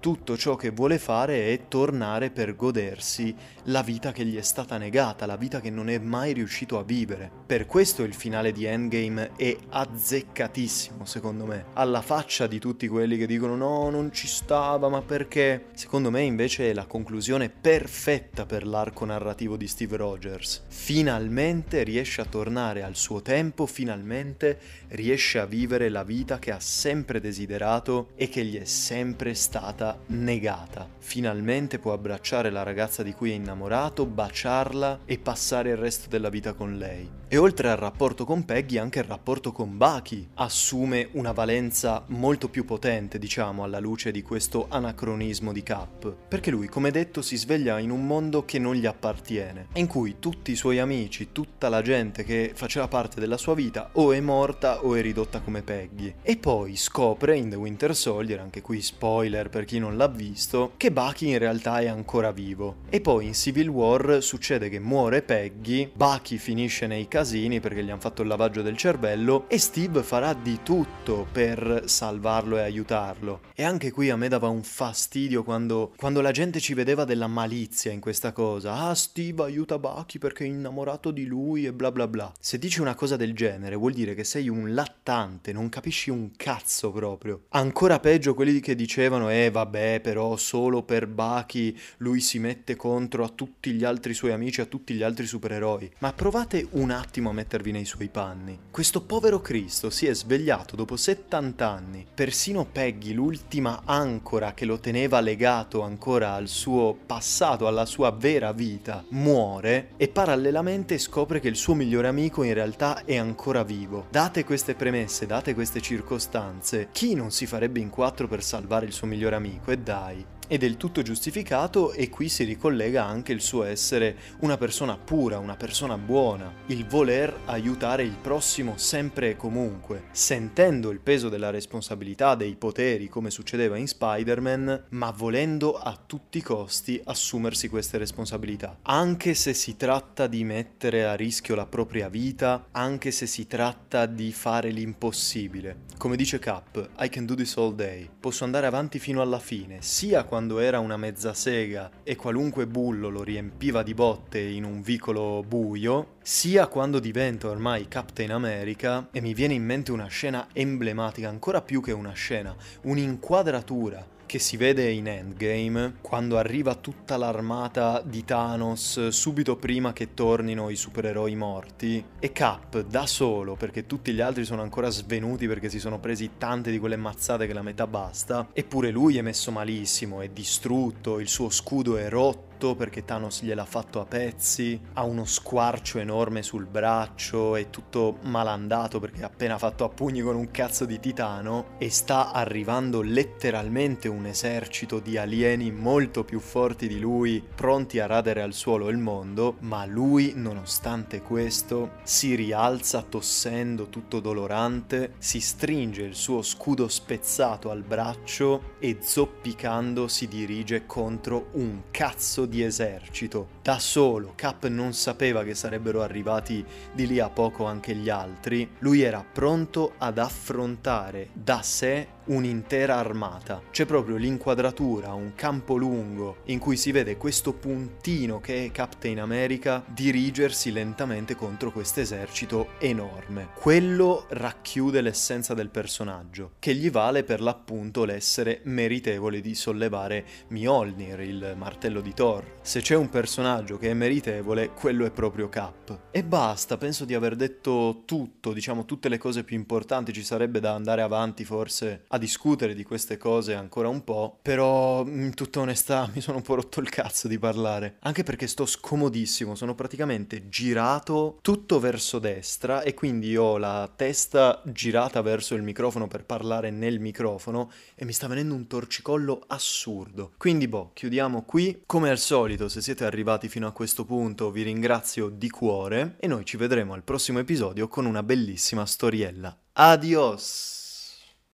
tutto ciò che vuole fare è tornare per godersi la vita che gli è stata negata, la vita che non è mai riuscito a vivere. Per questo il finale di Endgame è azzeccatissimo, secondo me. Alla faccia di tutti quelli che dicono no, non ci stava, ma perché? Secondo me invece è la conclusione perfetta per l'arco narrativo di Steve Rogers. Finalmente riesce a tornare al suo tempo, finalmente riesce a vivere la vita che ha sempre desiderato e che gli è sempre stata negata. Finalmente può abbracciare la ragazza di cui è innamorato, baciarla e passare il resto della vita con lei. E oltre al rapporto con Peggy, anche il rapporto con Bucky assume una valenza molto più potente, diciamo, alla luce di questo anacronismo di Cap. Perché lui, come detto, si sveglia in un mondo che non gli appartiene, in cui tutti i suoi amici, tutta la gente che faceva parte della sua vita o è morta o è ridotta come Peggy. E poi scopre in The Winter Soldier, anche qui spoiler per chi non l'ha visto, che Bucky in realtà è ancora vivo. E poi in Civil War succede che muore Peggy, Bucky finisce nei casini perché gli hanno fatto il lavaggio del cervello e Steve farà di tutto per salvarlo e aiutarlo. E anche qui a me dava un fastidio quando, quando la gente ci vedeva della malizia in questa cosa. Ah, Steve aiuta Bucky perché è innamorato di lui e bla bla bla. Se dici una cosa del genere vuol dire che sei un lattante, non capisci un cazzo proprio. Ancora peggio quelli che dicevano eh vabbè però solo per Bucky lui si mette contro a tutti gli altri suoi amici, a tutti gli altri supereroi. Ma provate un attimo a mettervi nei suoi panni. Questo povero Cristo si è svegliato dopo settanta anni. Persino Peggy, l'ultima ancora che lo teneva legato ancora al suo passato, alla sua vera vita, muore e parallelamente scopre che il suo migliore amico in realtà è ancora vivo. Date queste premesse, date queste circostanze, chi non si farebbe in quattro per salvare il suo migliore amico? E dai. È del tutto giustificato e qui si ricollega anche il suo essere una persona pura, una persona buona, il voler aiutare il prossimo sempre e comunque, sentendo il peso della responsabilità, dei poteri come succedeva in Spider-Man, ma volendo a tutti i costi assumersi queste responsabilità, anche se si tratta di mettere a rischio la propria vita, anche se si tratta di fare l'impossibile. Come dice Cap, I can do this all day, posso andare avanti fino alla fine, sia quando quando era una mezza sega e qualunque bullo lo riempiva di botte in un vicolo buio, sia quando divento ormai Captain America e mi viene in mente una scena emblematica, ancora più che una scena, un'inquadratura che si vede in Endgame, quando arriva tutta l'armata di Thanos subito prima che tornino i supereroi morti, e Cap da solo, perché tutti gli altri sono ancora svenuti perché si sono presi tante di quelle mazzate che la metà basta, eppure lui è messo malissimo, è distrutto, il suo scudo è rotto perché Thanos gliel'ha fatto a pezzi, ha uno squarcio enorme sul braccio, è tutto malandato perché ha appena fatto a pugni con un cazzo di titano e sta arrivando letteralmente un esercito di alieni molto più forti di lui, pronti a radere al suolo il mondo, ma lui, nonostante questo, si rialza tossendo tutto dolorante, si stringe il suo scudo spezzato al braccio e zoppicando si dirige contro un cazzo di esercito. Da solo, Cap non sapeva che sarebbero arrivati di lì a poco anche gli altri, lui era pronto ad affrontare da sé un'intera armata. C'è proprio l'inquadratura, un campo lungo in cui si vede questo puntino che è Captain America dirigersi lentamente contro questo esercito enorme. Quello racchiude l'essenza del personaggio, che gli vale per l'appunto l'essere meritevole di sollevare Mjolnir, il martello di Thor. Se c'è un personaggio che è meritevole, quello è proprio Cap. E basta, penso di aver detto tutto, diciamo tutte le cose più importanti. Ci sarebbe da andare avanti forse a discutere di queste cose ancora un po', però in tutta onestà mi sono un po' rotto il cazzo di parlare, anche perché sto scomodissimo, sono praticamente girato tutto verso destra e quindi ho la testa girata verso il microfono per parlare nel microfono e mi sta venendo un torcicollo assurdo. Quindi boh, chiudiamo qui. Come al solito, se siete arrivati fino a questo punto vi ringrazio di cuore e noi ci vedremo al prossimo episodio con una bellissima storiella. Adios!